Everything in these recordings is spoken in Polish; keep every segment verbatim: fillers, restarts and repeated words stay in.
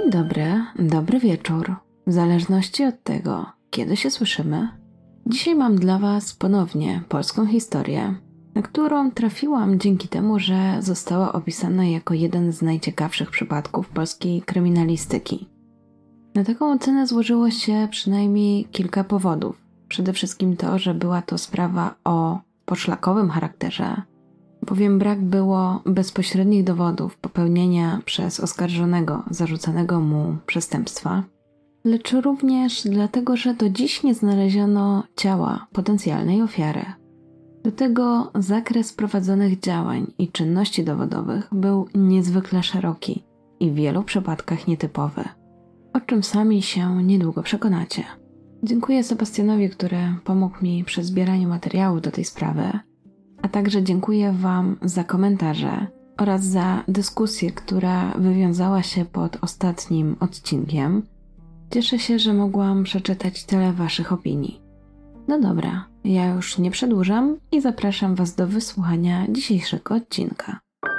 Dzień dobry, dobry wieczór. W zależności od tego, kiedy się słyszymy, dzisiaj mam dla Was ponownie polską historię, na którą trafiłam dzięki temu, że została opisana jako jeden z najciekawszych przypadków polskiej kryminalistyki. Na taką ocenę złożyło się przynajmniej kilka powodów. Przede wszystkim to, że była to sprawa o poszlakowym charakterze, bowiem brak było bezpośrednich dowodów popełnienia przez oskarżonego zarzucanego mu przestępstwa, lecz również dlatego, że do dziś nie znaleziono ciała potencjalnej ofiary. Do tego zakres prowadzonych działań i czynności dowodowych był niezwykle szeroki i w wielu przypadkach nietypowy, o czym sami się niedługo przekonacie. Dziękuję Sebastianowi, który pomógł mi przy zbieraniu materiałów do tej sprawy, a także dziękuję Wam za komentarze oraz za dyskusję, która wywiązała się pod ostatnim odcinkiem. Cieszę się, że mogłam przeczytać tyle Waszych opinii. No dobra, ja już nie przedłużam i zapraszam Was do wysłuchania dzisiejszego odcinka.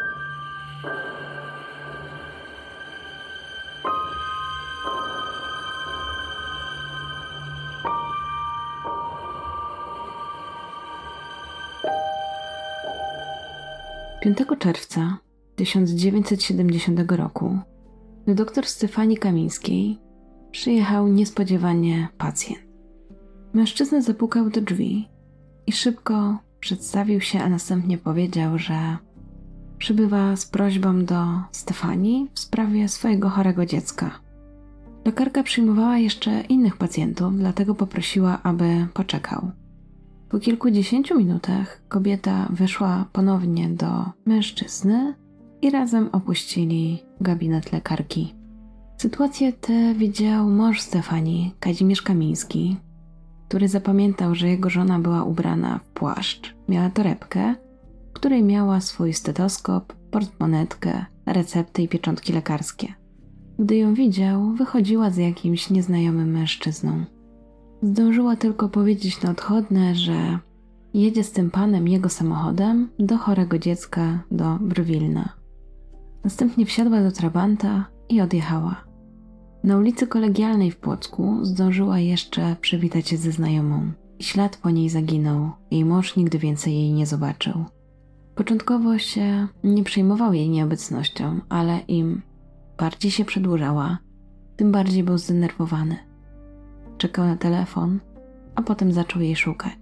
piątego czerwca tysiąc dziewięćset siedemdziesiątego roku do dr Stefanii Kamińskiej przyjechał niespodziewanie pacjent. Mężczyzna zapukał do drzwi i szybko przedstawił się, a następnie powiedział, że przybywa z prośbą do Stefanii w sprawie swojego chorego dziecka. Lekarka przyjmowała jeszcze innych pacjentów, dlatego poprosiła, aby poczekał. Po kilkudziesięciu minutach kobieta wyszła ponownie do mężczyzny i razem opuścili gabinet lekarki. Sytuację tę widział mąż Stefanii, Kazimierz Kamiński, który zapamiętał, że jego żona była ubrana w płaszcz. Miała torebkę, w której miała swój stetoskop, portmonetkę, recepty i pieczątki lekarskie. Gdy ją widział, wychodziła z jakimś nieznajomym mężczyzną. Zdążyła tylko powiedzieć na odchodne, że jedzie z tym panem jego samochodem do chorego dziecka do Brwilna. Następnie wsiadła do trabanta i odjechała. Na ulicy Kolegialnej w Płocku zdążyła jeszcze przywitać się ze znajomą. Ślad po niej zaginął, jej mąż nigdy więcej jej nie zobaczył. Początkowo się nie przejmował jej nieobecnością, ale im bardziej się przedłużała, tym bardziej był zdenerwowany. Czekał na telefon, a potem zaczął jej szukać.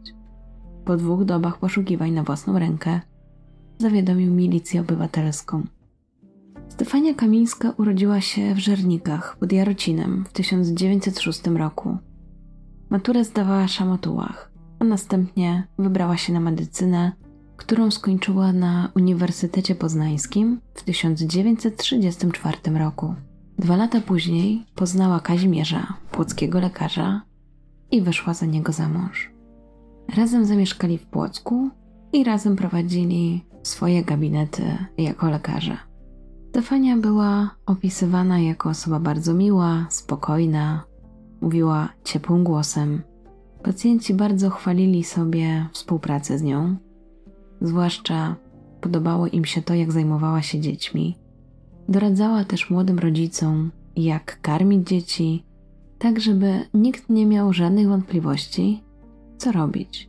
Po dwóch dobach poszukiwań na własną rękę zawiadomił milicję obywatelską. Stefania Kamińska urodziła się w Żernikach pod Jarocinem w tysiąc dziewięćset szóstym roku. Maturę zdawała w Szamotułach, a następnie wybrała się na medycynę, którą skończyła na Uniwersytecie Poznańskim w tysiąc dziewięćset trzydziestym czwartym roku. Dwa lata później poznała Kazimierza, płockiego lekarza, i wyszła za niego za mąż. Razem zamieszkali w Płocku i razem prowadzili swoje gabinety jako lekarze. Stefania była opisywana jako osoba bardzo miła, spokojna, mówiła ciepłym głosem. Pacjenci bardzo chwalili sobie współpracę z nią, zwłaszcza podobało im się to, jak zajmowała się dziećmi. Doradzała też młodym rodzicom, jak karmić dzieci, tak żeby nikt nie miał żadnych wątpliwości, co robić.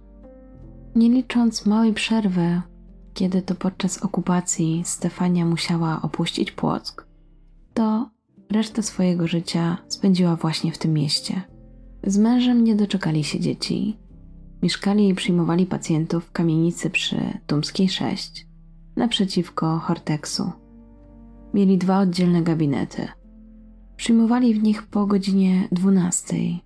Nie licząc małej przerwy, kiedy to podczas okupacji Stefania musiała opuścić Płock, to resztę swojego życia spędziła właśnie w tym mieście. Z mężem nie doczekali się dzieci. Mieszkali i przyjmowali pacjentów w kamienicy przy Tumskiej sześć, naprzeciwko Horteksu. Mieli dwa oddzielne gabinety. Przyjmowali w nich po godzinie dwunastej,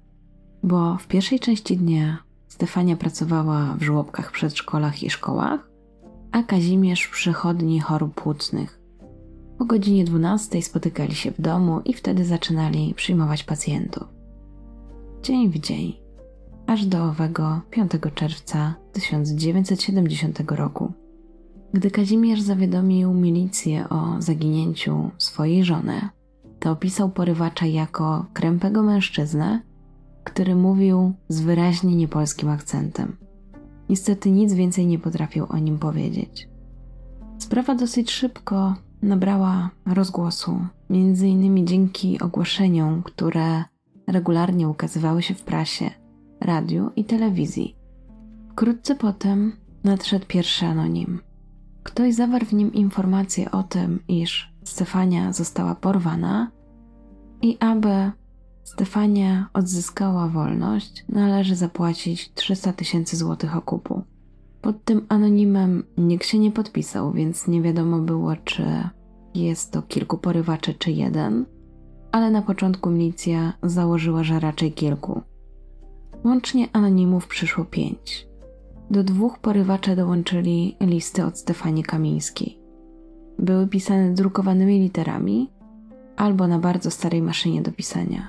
bo w pierwszej części dnia Stefania pracowała w żłobkach, przedszkolach i szkołach, a Kazimierz w przychodni chorób płucnych. Po godzinie dwunastej spotykali się w domu i wtedy zaczynali przyjmować pacjentów. Dzień w dzień, aż do owego piątego czerwca tysiąc dziewięćset siedemdziesiątego roku. Gdy Kazimierz zawiadomił milicję o zaginięciu swojej żony, to opisał porywacza jako krępego mężczyznę, który mówił z wyraźnie niepolskim akcentem. Niestety nic więcej nie potrafił o nim powiedzieć. Sprawa dosyć szybko nabrała rozgłosu, między innymi dzięki ogłoszeniom, które regularnie ukazywały się w prasie, radiu i telewizji. Wkrótce potem nadszedł pierwszy anonim. Ktoś zawarł w nim informację o tym, iż Stefania została porwana i aby Stefania odzyskała wolność, należy zapłacić trzysta tysięcy złotych okupu. Pod tym anonimem nikt się nie podpisał, więc nie wiadomo było, czy jest to kilku porywaczy, czy jeden, ale na początku milicja założyła, że raczej kilku. Łącznie anonimów przyszło pięć. Do dwóch porywacze dołączyli listy od Stefanii Kamińskiej. Były pisane drukowanymi literami albo na bardzo starej maszynie do pisania.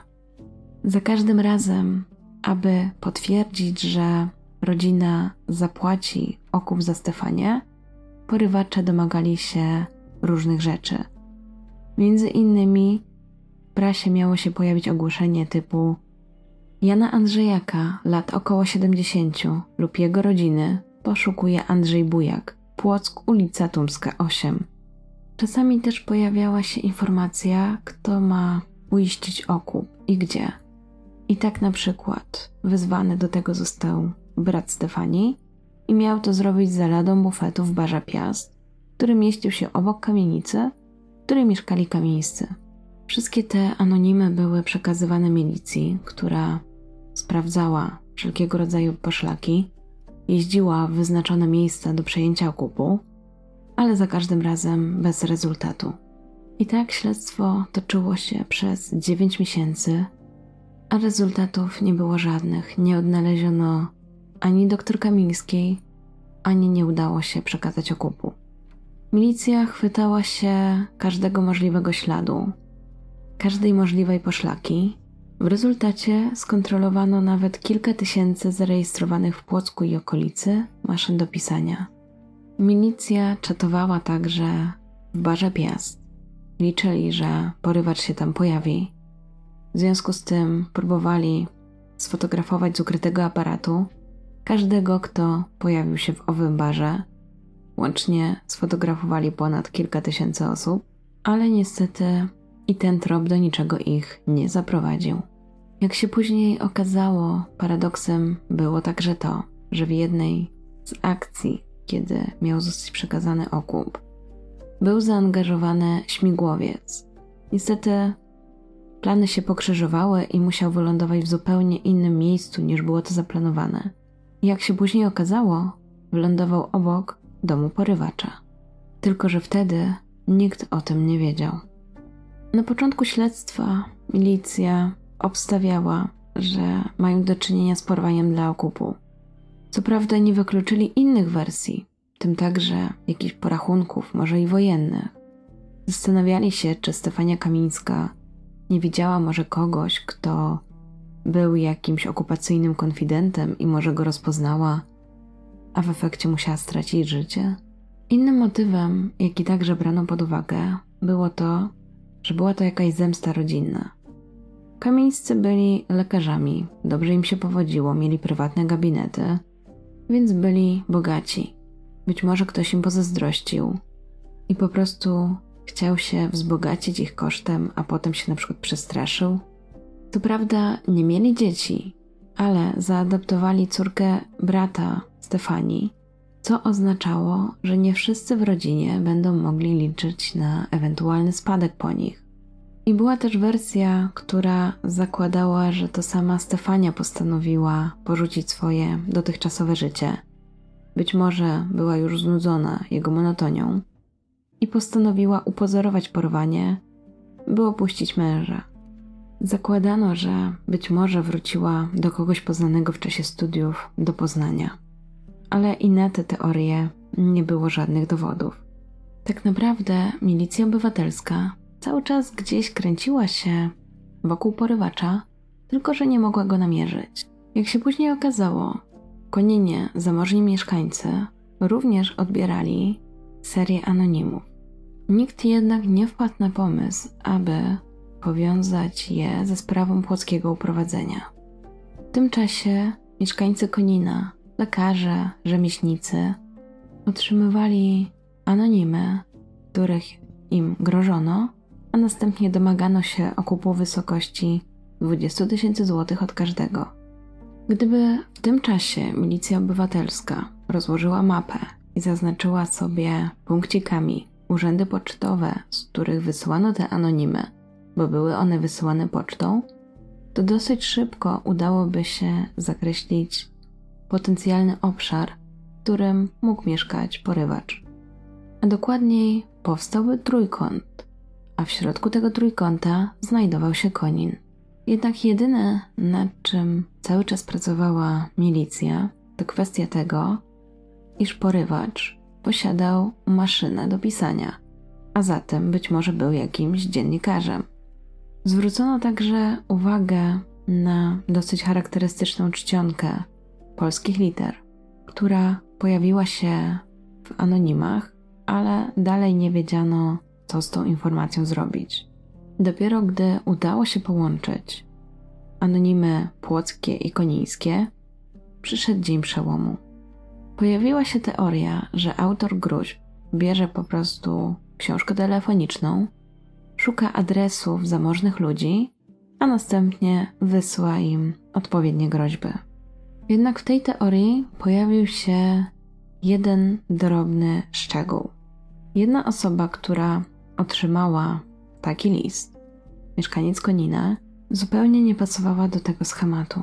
Za każdym razem, aby potwierdzić, że rodzina zapłaci okup za Stefanię, porywacze domagali się różnych rzeczy. Między innymi w prasie miało się pojawić ogłoszenie typu Jana Andrzejaka, lat około siedemdziesięciu, lub jego rodziny poszukuje Andrzej Bujak, Płock, ulica Tumska osiem. Czasami też pojawiała się informacja, kto ma uiścić okup i gdzie. I tak na przykład wezwany do tego został brat Stefanii i miał to zrobić za ladą bufetu w barze Piast, który mieścił się obok kamienicy, w której mieszkali Kamińscy. Wszystkie te anonimy były przekazywane milicji, która sprawdzała wszelkiego rodzaju poszlaki, jeździła w wyznaczone miejsca do przejęcia okupu, ale za każdym razem bez rezultatu. I tak śledztwo toczyło się przez dziewięć miesięcy, a rezultatów nie było żadnych. Nie odnaleziono ani doktor Kamińskiej, ani nie udało się przekazać okupu. Milicja chwytała się każdego możliwego śladu, każdej możliwej poszlaki. W rezultacie skontrolowano nawet kilka tysięcy zarejestrowanych w Płocku i okolicy maszyn do pisania. Milicja czatowała także w barze Piast. Liczyli, że porywacz się tam pojawi. W związku z tym próbowali sfotografować z ukrytego aparatu każdego, kto pojawił się w owym barze. Łącznie sfotografowali ponad kilka tysięcy osób, ale niestety i ten trop do niczego ich nie zaprowadził. Jak się później okazało, paradoksem było także to, że w jednej z akcji, kiedy miał zostać przekazany okup, był zaangażowany śmigłowiec. Niestety plany się pokrzyżowały i musiał wylądować w zupełnie innym miejscu niż było to zaplanowane. Jak się później okazało, wylądował obok domu porywacza. Tylko że wtedy nikt o tym nie wiedział. Na początku śledztwa milicja obstawiała, że mają do czynienia z porwaniem dla okupu. Co prawda nie wykluczyli innych wersji, w tym także jakichś porachunków, może i wojennych. Zastanawiali się, czy Stefania Kamińska nie widziała może kogoś, kto był jakimś okupacyjnym konfidentem i może go rozpoznała, a w efekcie musiała stracić życie. Innym motywem, jaki także brano pod uwagę, było to, że była to jakaś zemsta rodzinna. Kamińscy byli lekarzami, dobrze im się powodziło, mieli prywatne gabinety, więc byli bogaci. Być może ktoś im pozazdrościł i po prostu chciał się wzbogacić ich kosztem, a potem się na przykład przestraszył. Co prawda nie mieli dzieci, ale zaadoptowali córkę brata Stefanii, co oznaczało, że nie wszyscy w rodzinie będą mogli liczyć na ewentualny spadek po nich. I była też wersja, która zakładała, że to sama Stefania postanowiła porzucić swoje dotychczasowe życie. Być może była już znudzona jego monotonią i postanowiła upozorować porwanie, by opuścić męża. Zakładano, że być może wróciła do kogoś poznanego w czasie studiów do Poznania. Ale i na te teorie nie było żadnych dowodów. Tak naprawdę milicja obywatelska cały czas gdzieś kręciła się wokół porywacza, tylko że nie mogła go namierzyć. Jak się później okazało, w Koninie zamożni mieszkańcy również odbierali serię anonimów. Nikt jednak nie wpadł na pomysł, aby powiązać je ze sprawą płockiego uprowadzenia. W tym czasie mieszkańcy Konina, lekarze, rzemieślnicy otrzymywali anonimy, w których im grożono, a następnie domagano się okupu w wysokości dwadzieścia tysięcy złotych od każdego. Gdyby w tym czasie milicja obywatelska rozłożyła mapę i zaznaczyła sobie punkcikami urzędy pocztowe, z których wysyłano te anonimy, bo były one wysyłane pocztą, to dosyć szybko udałoby się zakreślić potencjalny obszar, w którym mógł mieszkać porywacz. A dokładniej powstałby trójkąt, a w środku tego trójkąta znajdował się Konin. Jednak jedyne, nad czym cały czas pracowała milicja, to kwestia tego, iż porywacz posiadał maszynę do pisania, a zatem być może był jakimś dziennikarzem. Zwrócono także uwagę na dosyć charakterystyczną czcionkę polskich liter, która pojawiła się w anonimach, ale dalej nie wiedziano, co z tą informacją zrobić. Dopiero gdy udało się połączyć anonimy płockie i konińskie, przyszedł dzień przełomu. Pojawiła się teoria, że autor gróźb bierze po prostu książkę telefoniczną, szuka adresów zamożnych ludzi, a następnie wysyła im odpowiednie groźby. Jednak w tej teorii pojawił się jeden drobny szczegół. Jedna osoba, która otrzymała taki list, mieszkaniec Konina, zupełnie nie pasowała do tego schematu.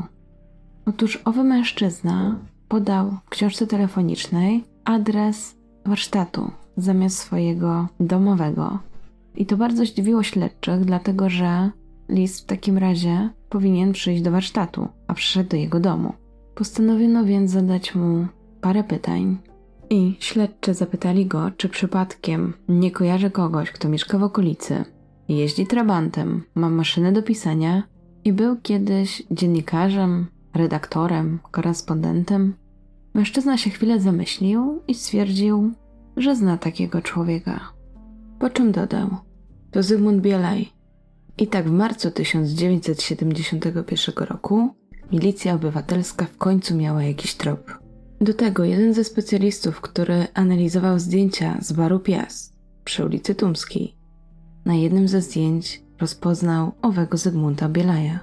Otóż owy mężczyzna podał w książce telefonicznej adres warsztatu zamiast swojego domowego. I to bardzo zdziwiło śledczych, dlatego że list w takim razie powinien przyjść do warsztatu, a przyszedł do jego domu. Postanowiono więc zadać mu parę pytań i śledczy zapytali go, czy przypadkiem nie kojarzy kogoś, kto mieszka w okolicy, jeździ trabantem, ma maszynę do pisania i był kiedyś dziennikarzem, redaktorem, korespondentem. Mężczyzna się chwilę zamyślił i stwierdził, że zna takiego człowieka. Po czym dodał: to Zygmunt Bielaj. I tak w marcu tysiąc dziewięćset siedemdziesiątego pierwszego roku milicja obywatelska w końcu miała jakiś trop. Do tego jeden ze specjalistów, który analizował zdjęcia z baru Piast przy ulicy Tumskiej, na jednym ze zdjęć rozpoznał owego Zygmunta Bielaja.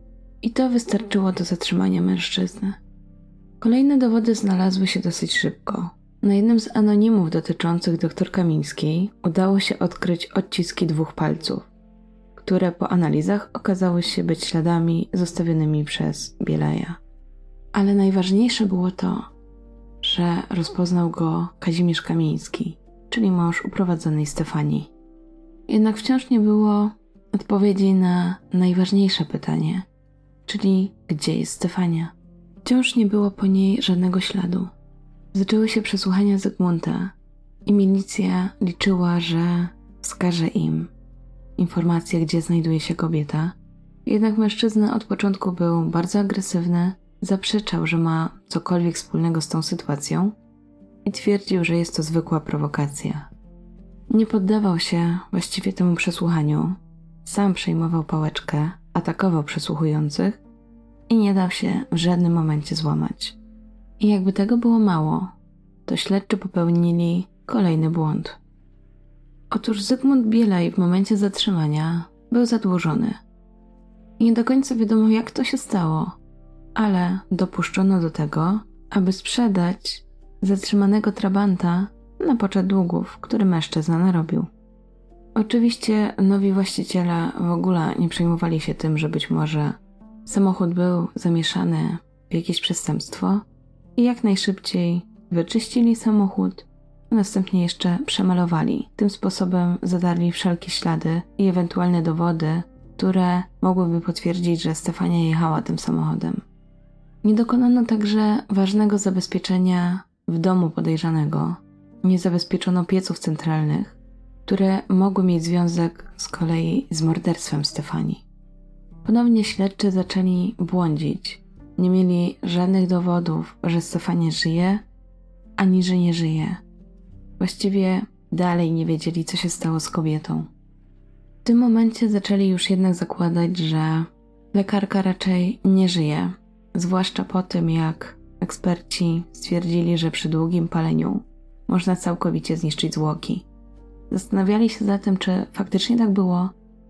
I to wystarczyło do zatrzymania mężczyzny. Kolejne dowody znalazły się dosyć szybko. Na jednym z anonimów dotyczących dr Kamińskiej udało się odkryć odciski dwóch palców, które po analizach okazały się być śladami zostawionymi przez Bielaja. Ale najważniejsze było to, że rozpoznał go Kazimierz Kamiński, czyli mąż uprowadzonej Stefanii. Jednak wciąż nie było odpowiedzi na najważniejsze pytanie, czyli gdzie jest Stefania. Wciąż nie było po niej żadnego śladu. Zaczęły się przesłuchania Zygmunta i milicja liczyła, że wskaże im informację, gdzie znajduje się kobieta. Jednak mężczyzna od początku był bardzo agresywny, zaprzeczał, że ma cokolwiek wspólnego z tą sytuacją i twierdził, że jest to zwykła prowokacja. Nie poddawał się właściwie temu przesłuchaniu, sam przejmował pałeczkę, atakował przesłuchujących i nie dał się w żadnym momencie złamać. I jakby tego było mało, to śledczy popełnili kolejny błąd. Otóż Zygmunt Bielaj w momencie zatrzymania był zadłużony. I nie do końca wiadomo, jak to się stało, ale dopuszczono do tego, aby sprzedać zatrzymanego trabanta na poczet długów, który mężczyzna narobił. Oczywiście nowi właściciele w ogóle nie przejmowali się tym, że być może samochód był zamieszany w jakieś przestępstwo i jak najszybciej wyczyścili samochód, a następnie jeszcze przemalowali. Tym sposobem zadarli wszelkie ślady i ewentualne dowody, które mogłyby potwierdzić, że Stefania jechała tym samochodem. Nie dokonano także ważnego zabezpieczenia w domu podejrzanego. Nie zabezpieczono pieców centralnych, które mogły mieć związek z kolei z morderstwem Stefanii. Ponownie śledczy zaczęli błądzić. Nie mieli żadnych dowodów, że Stefania żyje, ani że nie żyje. Właściwie dalej nie wiedzieli, co się stało z kobietą. W tym momencie zaczęli już jednak zakładać, że lekarka raczej nie żyje, zwłaszcza po tym, jak eksperci stwierdzili, że przy długim paleniu można całkowicie zniszczyć zwłoki. Zastanawiali się zatem, czy faktycznie tak było,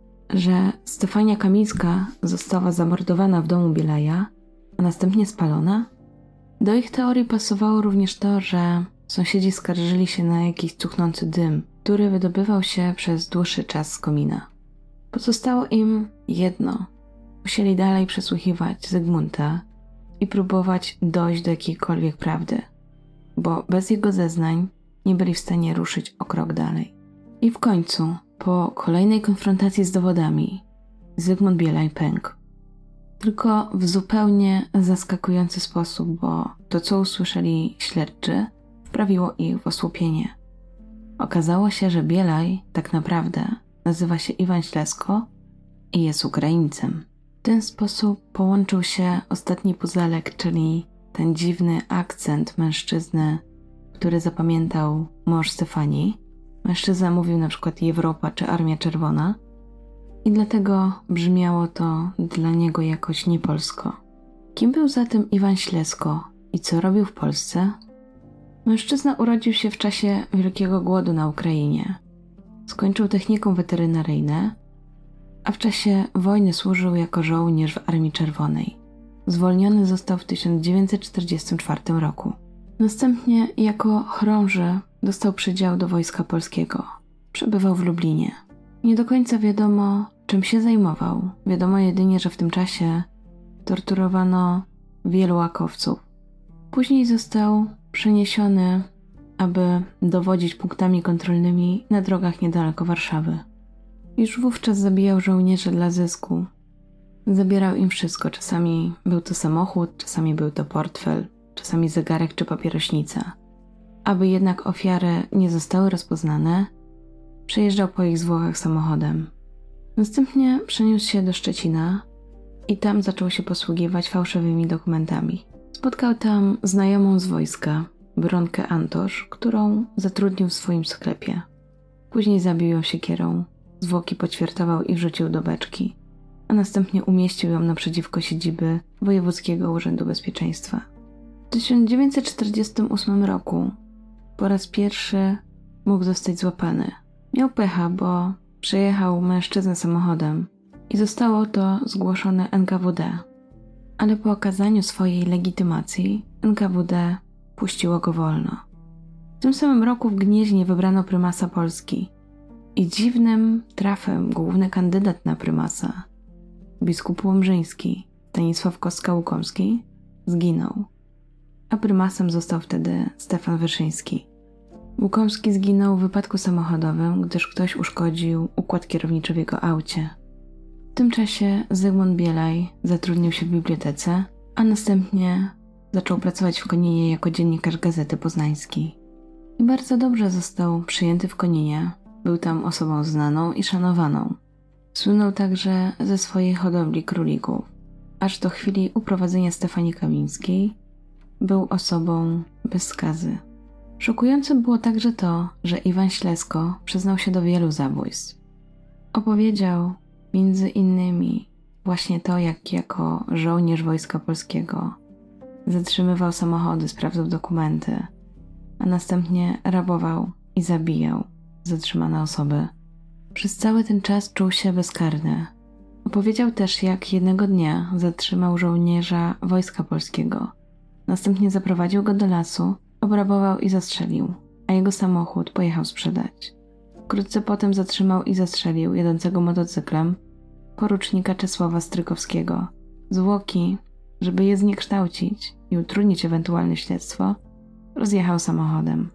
że Stefania Kamińska została zamordowana w domu Bielaja, a następnie spalona. Do ich teorii pasowało również to, że sąsiedzi skarżyli się na jakiś cuchnący dym, który wydobywał się przez dłuższy czas z komina. Pozostało im jedno. Musieli dalej przesłuchiwać Zygmunta i próbować dojść do jakiejkolwiek prawdy, bo bez jego zeznań nie byli w stanie ruszyć o krok dalej. I w końcu, po kolejnej konfrontacji z dowodami, Zygmunt Bielaj pękł. Tylko w zupełnie zaskakujący sposób, bo to, co usłyszeli śledczy, wprawiło ich w osłupienie. Okazało się, że Bielaj tak naprawdę nazywa się Iwan Ślesko i jest Ukraińcem. W ten sposób połączył się ostatni puzelek, czyli ten dziwny akcent mężczyzny, który zapamiętał mąż Stefanii. Mężczyzna mówił na przykład Europa czy Armia Czerwona i dlatego brzmiało to dla niego jakoś niepolsko. Kim był zatem Iwan Ślesko i co robił w Polsce? Mężczyzna urodził się w czasie Wielkiego Głodu na Ukrainie. Skończył technikum weterynaryjne, a w czasie wojny służył jako żołnierz w Armii Czerwonej. Zwolniony został w tysiąc dziewięćset czterdziestym czwartym roku. Następnie jako chorąży dostał przydział do Wojska Polskiego. Przebywał w Lublinie. Nie do końca wiadomo, czym się zajmował. Wiadomo jedynie, że w tym czasie torturowano wielu łakowców. Później został przeniesiony, aby dowodzić punktami kontrolnymi na drogach niedaleko Warszawy. Już wówczas zabijał żołnierzy dla zysku. Zabierał im wszystko. Czasami był to samochód, czasami był to portfel, czasami zegarek czy papierośnica. Aby jednak ofiary nie zostały rozpoznane, przejeżdżał po ich zwłokach samochodem. Następnie przeniósł się do Szczecina i tam zaczął się posługiwać fałszywymi dokumentami. Spotkał tam znajomą z wojska, Bronkę Antosz, którą zatrudnił w swoim sklepie. Później zabił ją siekierą, zwłoki poćwiartował i wrzucił do beczki, a następnie umieścił ją naprzeciwko siedziby Wojewódzkiego Urzędu Bezpieczeństwa. W tysiąc dziewięćset czterdziestym ósmym roku po raz pierwszy mógł zostać złapany. Miał pecha, bo przejechał mężczyznę samochodem i zostało to zgłoszone N K W D. Ale po okazaniu swojej legitymacji N K W D puściło go wolno. W tym samym roku w Gnieźnie wybrano prymasa Polski i dziwnym trafem główny kandydat na prymasa, biskup łomżyński Stanisław Kostka-Łukomski, zginął, a prymasem został wtedy Stefan Wyszyński. Łukomski zginął w wypadku samochodowym, gdyż ktoś uszkodził układ kierowniczy w jego aucie. W tym czasie Zygmunt Bielaj zatrudnił się w bibliotece, a następnie zaczął pracować w Koninie jako dziennikarz Gazety Poznańskiej. I bardzo dobrze został przyjęty w Koninie. Był tam osobą znaną i szanowaną. Słynął także ze swojej hodowli królików. Aż do chwili uprowadzenia Stefanii Kamińskiej był osobą bez skazy. Szokujące było także to, że Iwan Ślesko przyznał się do wielu zabójstw. Opowiedział między innymi właśnie to, jak jako żołnierz Wojska Polskiego zatrzymywał samochody, sprawdzał dokumenty, a następnie rabował i zabijał zatrzymane osoby. Przez cały ten czas czuł się bezkarny. Opowiedział też, jak jednego dnia zatrzymał żołnierza Wojska Polskiego. Następnie zaprowadził go do lasu, obrabował i zastrzelił, a jego samochód pojechał sprzedać. Wkrótce potem zatrzymał i zastrzelił jadącego motocyklem porucznika Czesława Strykowskiego. Zwłoki, żeby je zniekształcić i utrudnić ewentualne śledztwo, rozjechał samochodem.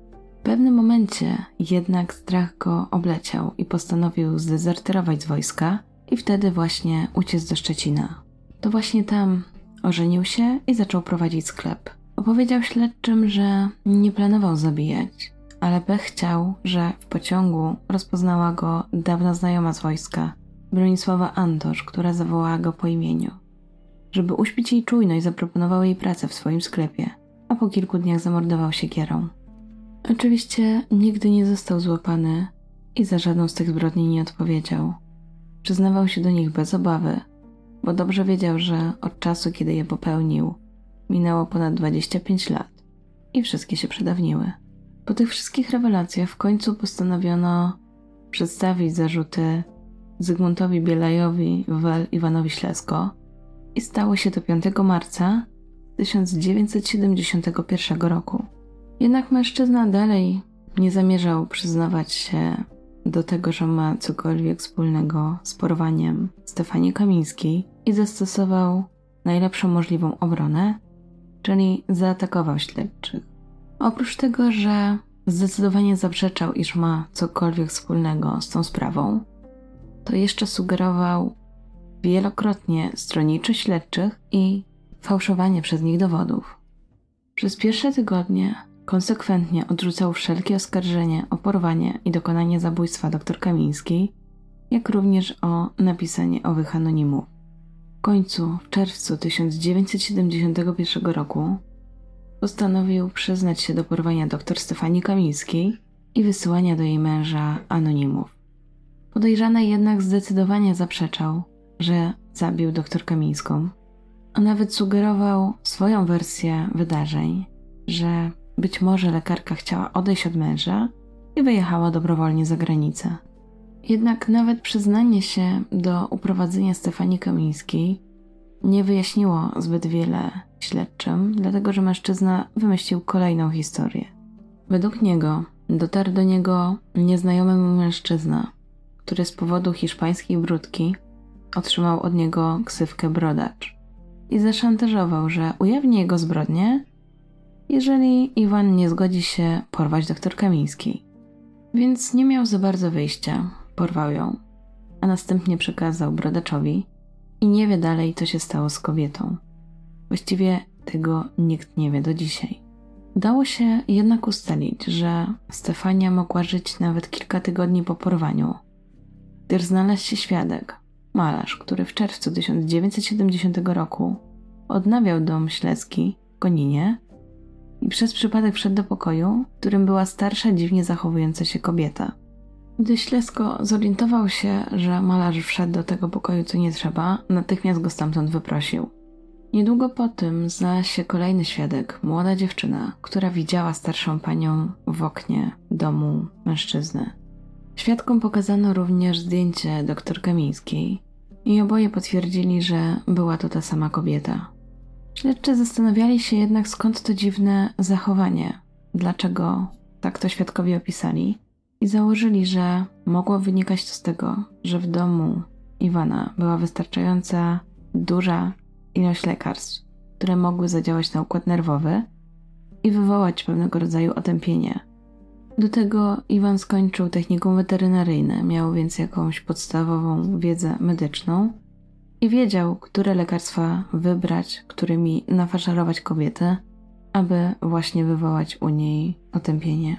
W pewnym momencie jednak strach go obleciał i postanowił zdezerterować z wojska i wtedy właśnie uciec do Szczecina. To właśnie tam ożenił się i zaczął prowadzić sklep. Opowiedział śledczym, że nie planował zabijać, ale pech chciał, że w pociągu rozpoznała go dawna znajoma z wojska, Bronisława Antosz, która zawołała go po imieniu. Żeby uśpić jej czujność, zaproponował jej pracę w swoim sklepie, a po kilku dniach zamordował siekierą. Oczywiście nigdy nie został złapany i za żadną z tych zbrodni nie odpowiedział. Przyznawał się do nich bez obawy, bo dobrze wiedział, że od czasu, kiedy je popełnił, minęło ponad dwadzieścia pięć lat i wszystkie się przedawniły. Po tych wszystkich rewelacjach w końcu postanowiono przedstawić zarzuty Zygmuntowi Bielajowi wel Iwanowi Ślesko i stało się to piątego marca tysiąc dziewięćset siedemdziesiątego pierwszego roku. Jednak mężczyzna dalej nie zamierzał przyznawać się do tego, że ma cokolwiek wspólnego z porwaniem Stefanii Kamińskiej i zastosował najlepszą możliwą obronę, czyli zaatakował śledczych. Oprócz tego, że zdecydowanie zaprzeczał, iż ma cokolwiek wspólnego z tą sprawą, to jeszcze sugerował wielokrotnie stronniczość śledczych i fałszowanie przez nich dowodów. Przez pierwsze tygodnie konsekwentnie odrzucał wszelkie oskarżenie o porwanie i dokonanie zabójstwa dr Kamińskiej, jak również o napisanie owych anonimów. W końcu, w czerwcu tysiąc dziewięćset siedemdziesiątego pierwszego roku postanowił przyznać się do porwania dr Stefanii Kamińskiej i wysyłania do jej męża anonimów. Podejrzany jednak zdecydowanie zaprzeczał, że zabił dr Kamińską, a nawet sugerował swoją wersję wydarzeń, że być może lekarka chciała odejść od męża i wyjechała dobrowolnie za granicę. Jednak nawet przyznanie się do uprowadzenia Stefanii Kamińskiej nie wyjaśniło zbyt wiele śledczym, dlatego że mężczyzna wymyślił kolejną historię. Według niego dotarł do niego nieznajomy mu mężczyzna, który z powodu hiszpańskiej brudki otrzymał od niego ksywkę Brodacz i zaszantażował, że ujawni jego zbrodnię, jeżeli Iwan nie zgodzi się porwać dr Kamińskiej. Więc nie miał za bardzo wyjścia, porwał ją, a następnie przekazał Brodaczowi i nie wie dalej, co się stało z kobietą. Właściwie tego nikt nie wie do dzisiaj. Udało się jednak ustalić, że Stefania mogła żyć nawet kilka tygodni po porwaniu, gdyż znalazł się świadek, malarz, który w czerwcu tysiąc dziewięćset siedemdziesiątego roku odnawiał dom Śleski w Koninie i przez przypadek wszedł do pokoju, w którym była starsza, dziwnie zachowująca się kobieta. Gdy Ślesko zorientował się, że malarz wszedł do tego pokoju co nie trzeba, natychmiast go stamtąd wyprosił. Niedługo po tym znalazł się kolejny świadek, młoda dziewczyna, która widziała starszą panią w oknie domu mężczyzny. Świadkom pokazano również zdjęcie dr Kamińskiej i oboje potwierdzili, że była to ta sama kobieta. Śledczy zastanawiali się jednak, skąd to dziwne zachowanie, dlaczego tak to świadkowie opisali i założyli, że mogło wynikać to z tego, że w domu Iwana była wystarczająca duża ilość lekarstw, które mogły zadziałać na układ nerwowy i wywołać pewnego rodzaju otępienie. Do tego Iwan skończył technikum weterynaryjne, miał więc jakąś podstawową wiedzę medyczną i wiedział, które lekarstwa wybrać, którymi nafaszerować kobietę, aby właśnie wywołać u niej otępienie.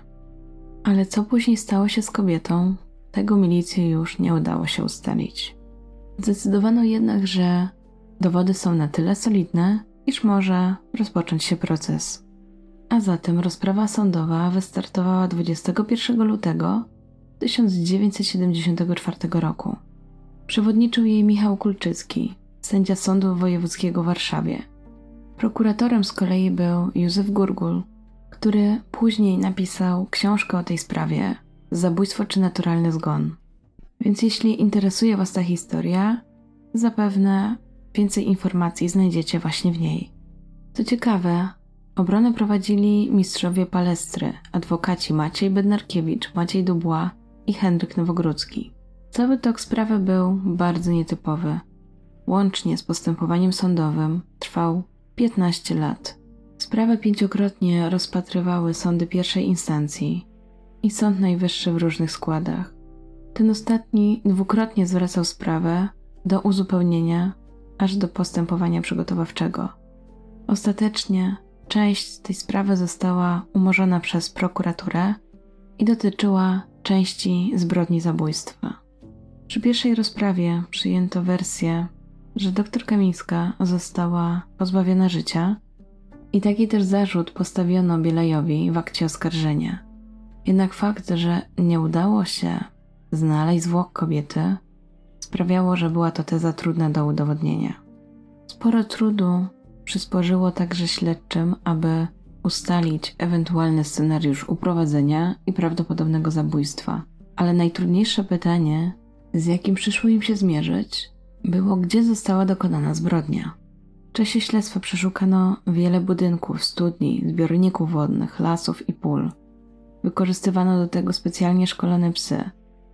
Ale co później stało się z kobietą, tego milicji już nie udało się ustalić. Zdecydowano jednak, że dowody są na tyle solidne, iż może rozpocząć się proces. A zatem rozprawa sądowa wystartowała dwudziestego pierwszego lutego tysiąc dziewięćset siedemdziesiątego czwartego roku. Przewodniczył jej Michał Kulczycki, sędzia Sądu Wojewódzkiego w Warszawie. Prokuratorem z kolei był Józef Gurgul, który później napisał książkę o tej sprawie Zabójstwo czy naturalny zgon. Więc jeśli interesuje Was ta historia, zapewne więcej informacji znajdziecie właśnie w niej. Co ciekawe, obronę prowadzili mistrzowie palestry, adwokaci Maciej Bednarkiewicz, Maciej Dubois i Henryk Nowogródzki. Cały tok sprawy był bardzo nietypowy. Łącznie z postępowaniem sądowym trwał piętnaście lat. Sprawę pięciokrotnie rozpatrywały sądy pierwszej instancji i Sąd Najwyższy w różnych składach. Ten ostatni dwukrotnie zwracał sprawę do uzupełnienia aż do postępowania przygotowawczego. Ostatecznie część tej sprawy została umorzona przez prokuraturę i dotyczyła części zbrodni zabójstwa. Przy pierwszej rozprawie przyjęto wersję, że dr Kamińska została pozbawiona życia i taki też zarzut postawiono Bielajowi w akcie oskarżenia. Jednak fakt, że nie udało się znaleźć zwłok kobiety, sprawiało, że była to teza trudna do udowodnienia. Sporo trudu przysporzyło także śledczym, aby ustalić ewentualny scenariusz uprowadzenia i prawdopodobnego zabójstwa. Ale najtrudniejsze pytanie, z jakim przyszło im się zmierzyć, było, gdzie została dokonana zbrodnia. W czasie śledztwa przeszukano wiele budynków, studni, zbiorników wodnych, lasów i pól. Wykorzystywano do tego specjalnie szkolone psy,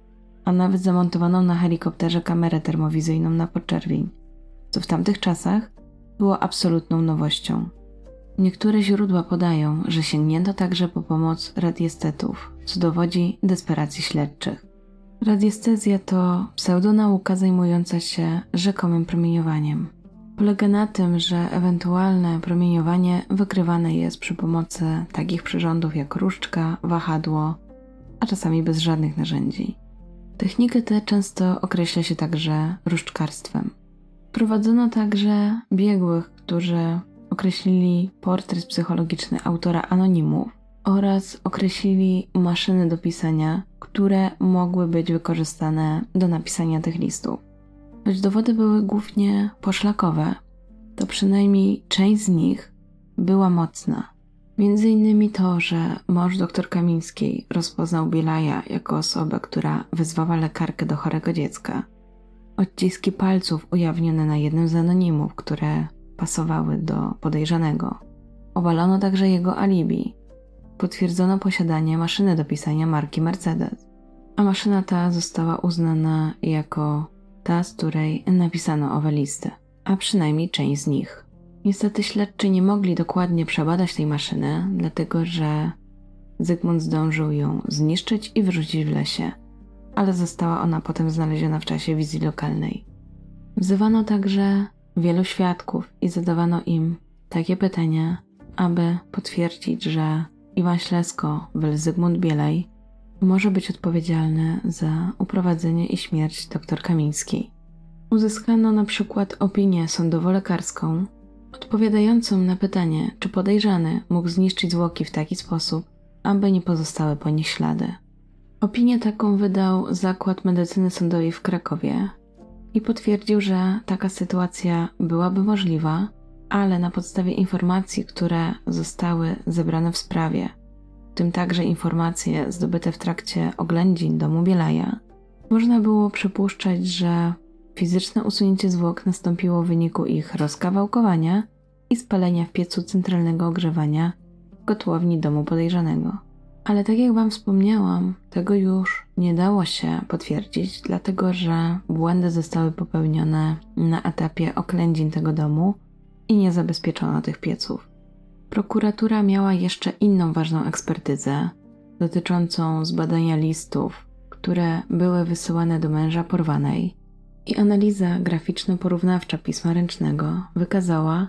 a nawet zamontowaną na helikopterze kamerę termowizyjną na podczerwień, co w tamtych czasach było absolutną nowością. Niektóre źródła podają, że sięgnięto także po pomoc radiestetów, co dowodzi desperacji śledczych. Radiestezja to pseudonauka zajmująca się rzekomym promieniowaniem. Polega na tym, że ewentualne promieniowanie wykrywane jest przy pomocy takich przyrządów jak różdżka, wahadło, a czasami bez żadnych narzędzi. Technikę tę często określa się także różdżkarstwem. Wprowadzono także biegłych, którzy określili portret psychologiczny autora anonimów oraz określili maszyny do pisania, które mogły być wykorzystane do napisania tych listów. Choć dowody były głównie poszlakowe, to przynajmniej część z nich była mocna. Między innymi to, że mąż dr Kamińskiej rozpoznał Bielaja jako osobę, która wezwała lekarkę do chorego dziecka. Odciski palców ujawnione na jednym z anonimów, które pasowały do podejrzanego. Obalono także jego alibi. Potwierdzono posiadanie maszyny do pisania marki Mercedes, a maszyna ta została uznana jako ta, z której napisano owe listy, a przynajmniej część z nich. Niestety śledczy nie mogli dokładnie przebadać tej maszyny, dlatego że Zygmunt zdążył ją zniszczyć i wyrzucić w lesie, ale została ona potem znaleziona w czasie wizji lokalnej. Wzywano także wielu świadków i zadawano im takie pytania, aby potwierdzić, że Iwan Ślesko, wel Zygmunt Bielaj, może być odpowiedzialny za uprowadzenie i śmierć dr Kamińskiej. Uzyskano na przykład opinię sądowo-lekarską odpowiadającą na pytanie, czy podejrzany mógł zniszczyć zwłoki w taki sposób, aby nie pozostały po nich ślady. Opinię taką wydał Zakład Medycyny Sądowej w Krakowie i potwierdził, że taka sytuacja byłaby możliwa, ale na podstawie informacji, które zostały zebrane w sprawie, w tym także informacje zdobyte w trakcie oględzin domu Bielaja, można było przypuszczać, że fizyczne usunięcie zwłok nastąpiło w wyniku ich rozkawałkowania i spalenia w piecu centralnego ogrzewania w kotłowni domu podejrzanego. Ale tak jak Wam wspomniałam, tego już nie dało się potwierdzić, dlatego że błędy zostały popełnione na etapie oględzin tego domu i nie zabezpieczono tych pieców. Prokuratura miała jeszcze inną ważną ekspertyzę dotyczącą zbadania listów, które były wysyłane do męża porwanej, i analiza graficzno-porównawcza pisma ręcznego wykazała,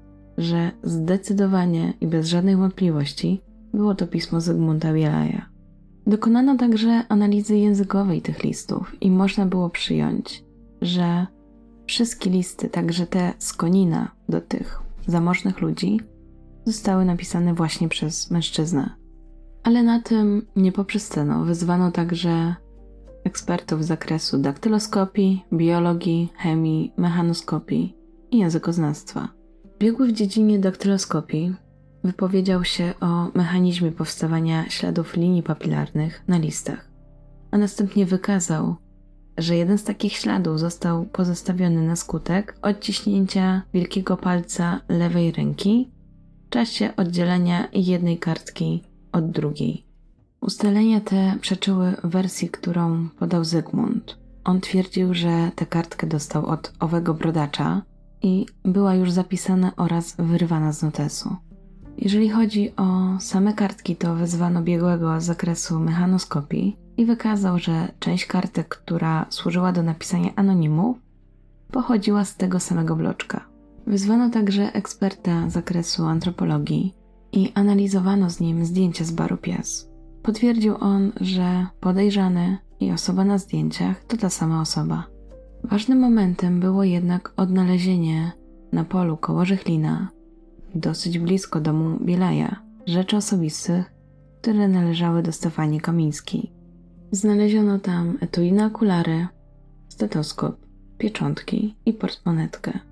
że zdecydowanie i bez żadnych wątpliwości było to pismo Zygmunta Bielaja. Dokonano także analizy językowej tych listów i można było przyjąć, że wszystkie listy, także te z Konina do tych zamożnych ludzi, zostały napisane właśnie przez mężczyznę. Ale na tym nie poprzestano. Wezwano także ekspertów z zakresu daktyloskopii, biologii, chemii, mechanoskopii i językoznawstwa. Biegły w dziedzinie daktyloskopii wypowiedział się o mechanizmie powstawania śladów linii papilarnych na listach, a następnie wykazał, że jeden z takich śladów został pozostawiony na skutek odciśnięcia wielkiego palca lewej ręki w czasie oddzielenia jednej kartki od drugiej. Ustalenia te przeczyły wersji, którą podał Zygmunt. On twierdził, że tę kartkę dostał od owego brodacza i była już zapisana oraz wyrywana z notesu. Jeżeli chodzi o same kartki, to wezwano biegłego z zakresu mechanoskopii i wykazał, że część kartek, która służyła do napisania anonimów, pochodziła z tego samego bloczka. Wezwano także eksperta z zakresu antropologii i analizowano z nim zdjęcia z baru Piast. Potwierdził on, że podejrzany i osoba na zdjęciach to ta sama osoba. Ważnym momentem było jednak odnalezienie na polu koło Żechlina, dosyć blisko domu Bielaja, rzeczy osobistych, które należały do Stefanii Kamińskiej. Znaleziono tam etui na okulary, stetoskop, pieczątki i portmonetkę.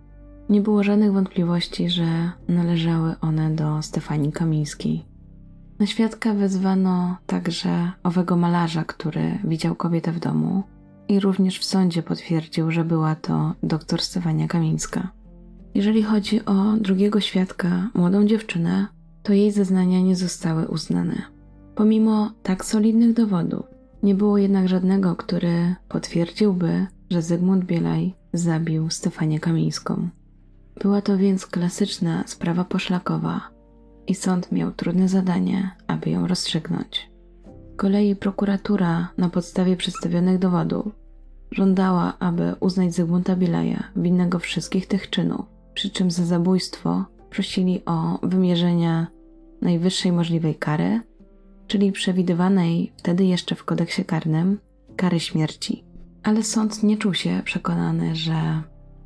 Nie było żadnych wątpliwości, że należały one do Stefanii Kamińskiej. Na świadka wezwano także owego malarza, który widział kobietę w domu i również w sądzie potwierdził, że była to dr Stefania Kamińska. Jeżeli chodzi o drugiego świadka, młodą dziewczynę, to jej zeznania nie zostały uznane. Pomimo tak solidnych dowodów, nie było jednak żadnego, który potwierdziłby, że Zygmunt Bielaj zabił Stefanię Kamińską. Była to więc klasyczna sprawa poszlakowa i sąd miał trudne zadanie, aby ją rozstrzygnąć. Z kolei prokuratura na podstawie przedstawionych dowodów żądała, aby uznać Zygmunta Bielaja winnego wszystkich tych czynów, przy czym za zabójstwo prosili o wymierzenia najwyższej możliwej kary, czyli przewidywanej wtedy jeszcze w kodeksie karnym kary śmierci. Ale sąd nie czuł się przekonany, że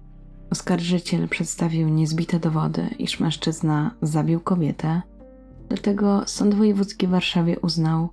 oskarżyciel przedstawił niezbite dowody, iż mężczyzna zabił kobietę, dlatego Sąd Wojewódzki w Warszawie uznał,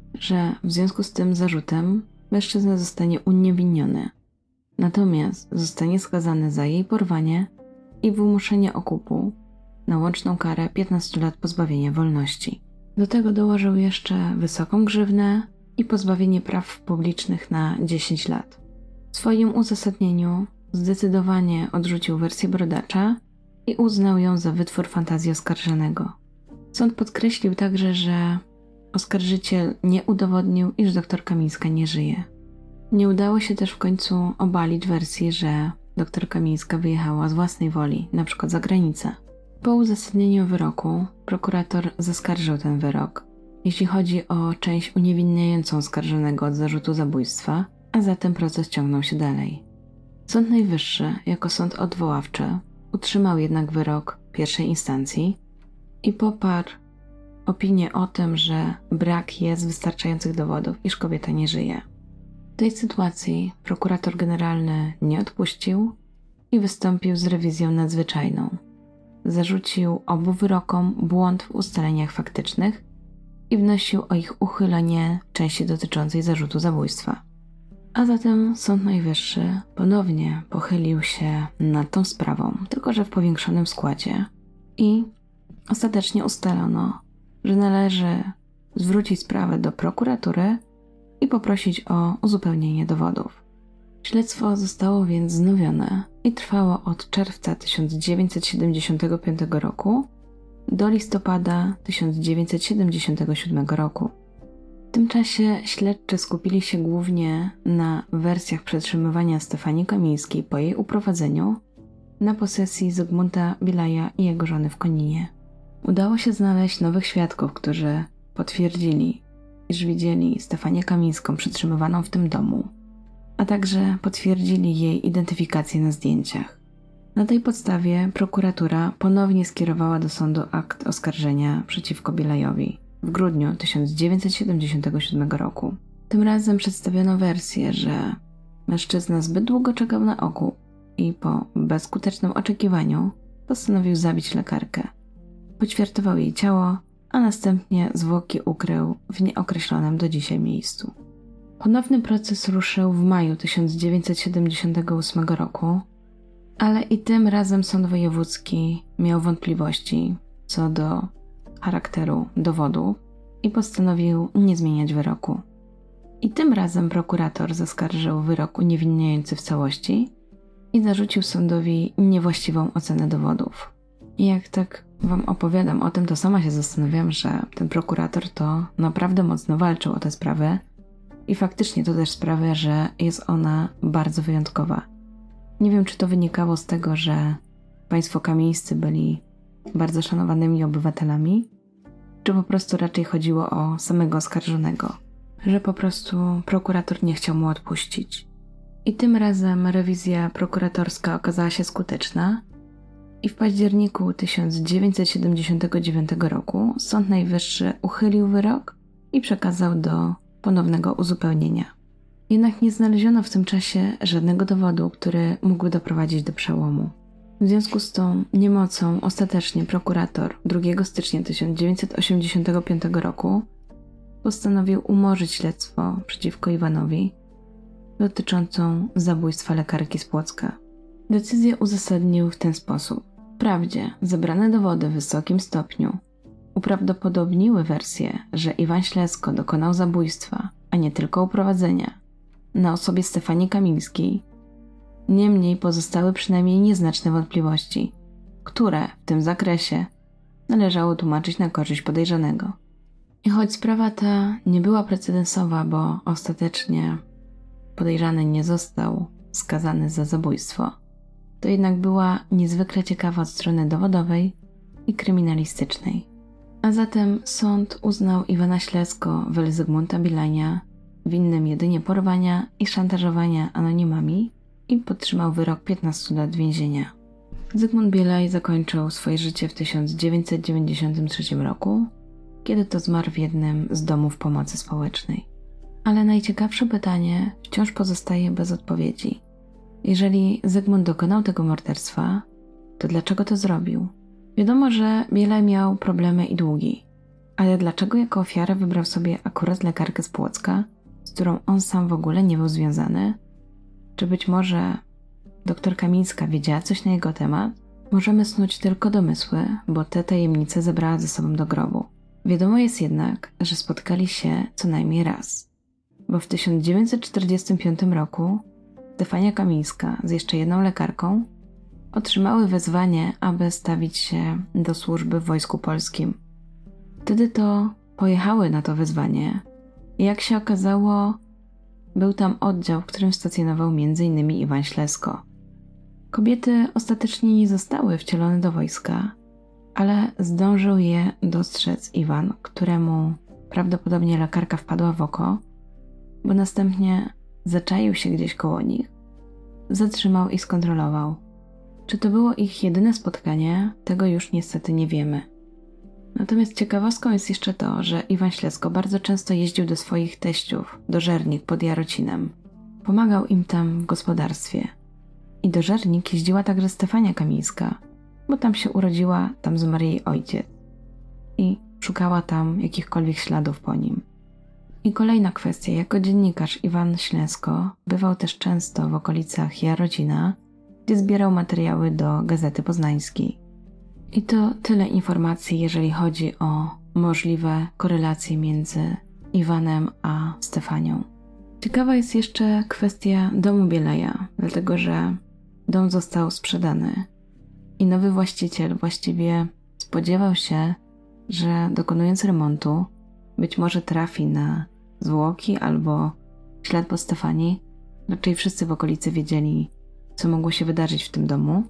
że w związku z tym zarzutem mężczyzna zostanie uniewinniony, natomiast zostanie skazany za jej porwanie i wymuszenie okupu na łączną karę piętnastu lat pozbawienia wolności. Do tego dołożył jeszcze wysoką grzywnę i pozbawienie praw publicznych na dziesięć lat. W swoim uzasadnieniu zdecydowanie odrzucił wersję brodacza i uznał ją za wytwór fantazji oskarżonego. Sąd podkreślił także, że oskarżyciel nie udowodnił, iż dr Kamińska nie żyje. Nie udało się też w końcu obalić wersji, że dr Kamińska wyjechała z własnej woli, np. za granicę. Po uzasadnieniu wyroku prokurator zaskarżył ten wyrok, jeśli chodzi o część uniewinniającą oskarżonego od zarzutu zabójstwa, a zatem proces ciągnął się dalej. Sąd Najwyższy, jako sąd odwoławczy, utrzymał jednak wyrok pierwszej instancji i poparł opinię o tym, że brak jest wystarczających dowodów, iż kobieta nie żyje. W tej sytuacji prokurator generalny nie odpuścił i wystąpił z rewizją nadzwyczajną. Zarzucił obu wyrokom błąd w ustaleniach faktycznych i wnosił o ich uchylenie części dotyczącej zarzutu zabójstwa. A zatem Sąd Najwyższy ponownie pochylił się nad tą sprawą, tylko że w powiększonym składzie i ostatecznie ustalono, że należy zwrócić sprawę do prokuratury i poprosić o uzupełnienie dowodów. Śledztwo zostało więc wznowione i trwało od czerwca tysiąc dziewięćset siedemdziesiątego piątego roku do listopada tysiąc dziewięćset siedemdziesiątego siódmego roku. W tym czasie śledczy skupili się głównie na wersjach przetrzymywania Stefanii Kamińskiej po jej uprowadzeniu na posesji Zygmunta Bielaja i jego żony w Koninie. Udało się znaleźć nowych świadków, którzy potwierdzili, iż widzieli Stefanię Kamińską przetrzymywaną w tym domu, a także potwierdzili jej identyfikację na zdjęciach. Na tej podstawie prokuratura ponownie skierowała do sądu akt oskarżenia przeciwko Bielajowi w grudniu tysiąc dziewięćset siedemdziesiątego siódmego roku. Tym razem przedstawiono wersję, że mężczyzna zbyt długo czekał na okup i po bezskutecznym oczekiwaniu postanowił zabić lekarkę. Poćwiartował jej ciało, a następnie zwłoki ukrył w nieokreślonym do dzisiaj miejscu. Ponowny proces ruszył w maju tysiąc dziewięćset siedemdziesiątego ósmego roku, ale i tym razem Sąd Wojewódzki miał wątpliwości co do charakteru dowodu i postanowił nie zmieniać wyroku. I tym razem prokurator zaskarżył wyrok uniewinniający w całości i zarzucił sądowi niewłaściwą ocenę dowodów. I jak tak wam opowiadam o tym, to sama się zastanawiam, że ten prokurator to naprawdę mocno walczył o tę sprawę i faktycznie to też sprawia, że jest ona bardzo wyjątkowa. Nie wiem, czy to wynikało z tego, że państwo kamińscy byli bardzo szanowanymi obywatelami, czy po prostu raczej chodziło o samego oskarżonego, że po prostu prokurator nie chciał mu odpuścić. I tym razem rewizja prokuratorska okazała się skuteczna i w październiku tysiąc dziewięćset siedemdziesiątego dziewiątego roku Sąd Najwyższy uchylił wyrok i przekazał do ponownego uzupełnienia. Jednak nie znaleziono w tym czasie żadnego dowodu, który mógłby doprowadzić do przełomu. W związku z tą niemocą ostatecznie prokurator drugiego stycznia tysiąc dziewięćset osiemdziesiątego piątego roku postanowił umorzyć śledztwo przeciwko Iwanowi dotyczącą zabójstwa lekarki z Płocka. Decyzję uzasadnił w ten sposób. Wprawdzie zebrane dowody w wysokim stopniu uprawdopodobniły wersję, że Iwan Ślesko dokonał zabójstwa, a nie tylko uprowadzenia, na osobie Stefanii Kamińskiej. Niemniej pozostały przynajmniej nieznaczne wątpliwości, które w tym zakresie należało tłumaczyć na korzyść podejrzanego. I choć sprawa ta nie była precedensowa, bo ostatecznie podejrzany nie został skazany za zabójstwo, to jednak była niezwykle ciekawa od strony dowodowej i kryminalistycznej. A zatem sąd uznał Iwana Ślesko wel Zygmunta Bielania winnym jedynie porwania i szantażowania anonimami i podtrzymał wyrok piętnastu lat więzienia. Zygmunt Bielaj zakończył swoje życie w tysiąc dziewięćset dziewięćdziesiątym trzecim roku, kiedy to zmarł w jednym z domów pomocy społecznej. Ale najciekawsze pytanie wciąż pozostaje bez odpowiedzi. Jeżeli Zygmunt dokonał tego morderstwa, to dlaczego to zrobił? Wiadomo, że Bielaj miał problemy i długi, ale dlaczego jako ofiarę wybrał sobie akurat lekarkę z Płocka, z którą on sam w ogóle nie był związany? Czy być może doktor Kamińska wiedziała coś na jego temat? Możemy snuć tylko domysły, bo te tajemnice zabrała ze sobą do grobu. Wiadomo jest jednak, że spotkali się co najmniej raz, bo w tysiąc dziewięćset czterdziestym piątym roku Stefania Kamińska z jeszcze jedną lekarką otrzymały wezwanie, aby stawić się do służby w Wojsku Polskim. Wtedy to pojechały na to wezwanie i jak się okazało, był tam oddział, w którym stacjonował między innymi Iwan Ślesko. Kobiety ostatecznie nie zostały wcielone do wojska, ale zdążył je dostrzec Iwan, któremu prawdopodobnie lekarka wpadła w oko, bo następnie zaczaił się gdzieś koło nich, zatrzymał i skontrolował. Czy to było ich jedyne spotkanie? Tego już niestety nie wiemy. Natomiast ciekawostką jest jeszcze to, że Iwan Ślesko bardzo często jeździł do swoich teściów, do Żernik pod Jarocinem. Pomagał im tam w gospodarstwie. I do Żernik jeździła także Stefania Kamińska, bo tam się urodziła, tam zmarł jej ojciec. I szukała tam jakichkolwiek śladów po nim. I kolejna kwestia, jako dziennikarz Iwan Ślesko bywał też często w okolicach Jarocina, gdzie zbierał materiały do Gazety Poznańskiej. I to tyle informacji, jeżeli chodzi o możliwe korelacje między Iwanem a Stefanią. Ciekawa jest jeszcze kwestia domu Bielaja, dlatego że dom został sprzedany i nowy właściciel właściwie spodziewał się, że dokonując remontu być może trafi na zwłoki albo ślad po Stefanii. Raczej wszyscy w okolicy wiedzieli, co mogło się wydarzyć w tym domu,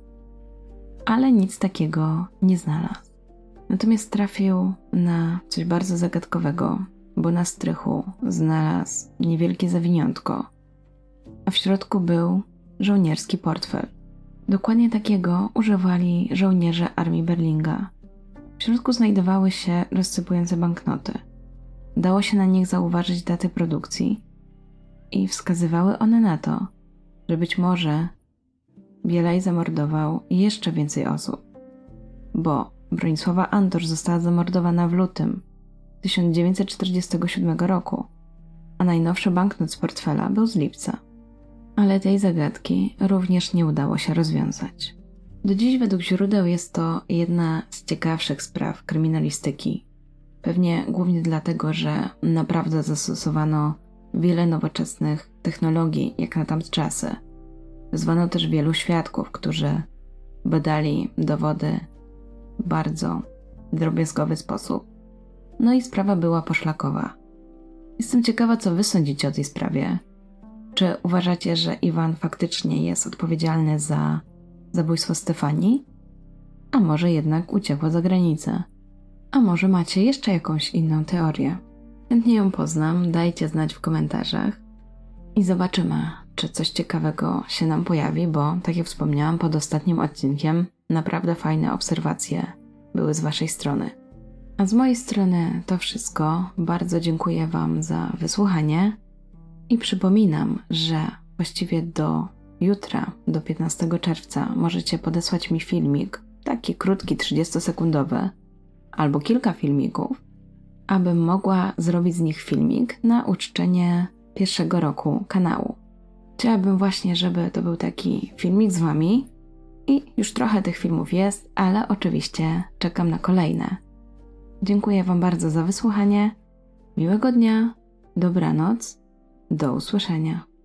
ale nic takiego nie znalazł. Natomiast trafił na coś bardzo zagadkowego, bo na strychu znalazł niewielkie zawiniątko, a w środku był żołnierski portfel. Dokładnie takiego używali żołnierze armii Berlinga. W środku znajdowały się rozsypujące banknoty. Dało się na nich zauważyć daty produkcji i wskazywały one na to, że być może Bielaj zamordował jeszcze więcej osób, bo Bronisława Antosz została zamordowana w lutym tysiąc dziewięćset czterdziestego siódmego roku, a najnowszy banknot z portfela był z lipca. Ale tej zagadki również nie udało się rozwiązać. Do dziś według źródeł jest to jedna z ciekawszych spraw kryminalistyki. Pewnie głównie dlatego, że naprawdę zastosowano wiele nowoczesnych technologii jak na tamte czasy. Wezwano też wielu świadków, którzy badali dowody w bardzo drobiazgowy sposób. No i sprawa była poszlakowa. Jestem ciekawa, co wy sądzicie o tej sprawie. Czy uważacie, że Iwan faktycznie jest odpowiedzialny za zabójstwo Stefanii? A może jednak uciekła za granicę? A może macie jeszcze jakąś inną teorię? Chętnie ją poznam, dajcie znać w komentarzach i zobaczymy, czy coś ciekawego się nam pojawi, bo tak jak wspomniałam pod ostatnim odcinkiem, naprawdę fajne obserwacje były z waszej strony. A z mojej strony to wszystko. Bardzo dziękuję wam za wysłuchanie i przypominam, że właściwie do jutra, do piętnastego czerwca możecie podesłać mi filmik, taki krótki, trzydziestosekundowy, albo kilka filmików, abym mogła zrobić z nich filmik na uczczenie pierwszego roku kanału. Chciałabym właśnie, żeby to był taki filmik z Wami i już trochę tych filmów jest, ale oczywiście czekam na kolejne. Dziękuję Wam bardzo za wysłuchanie. Miłego dnia, dobranoc, do usłyszenia.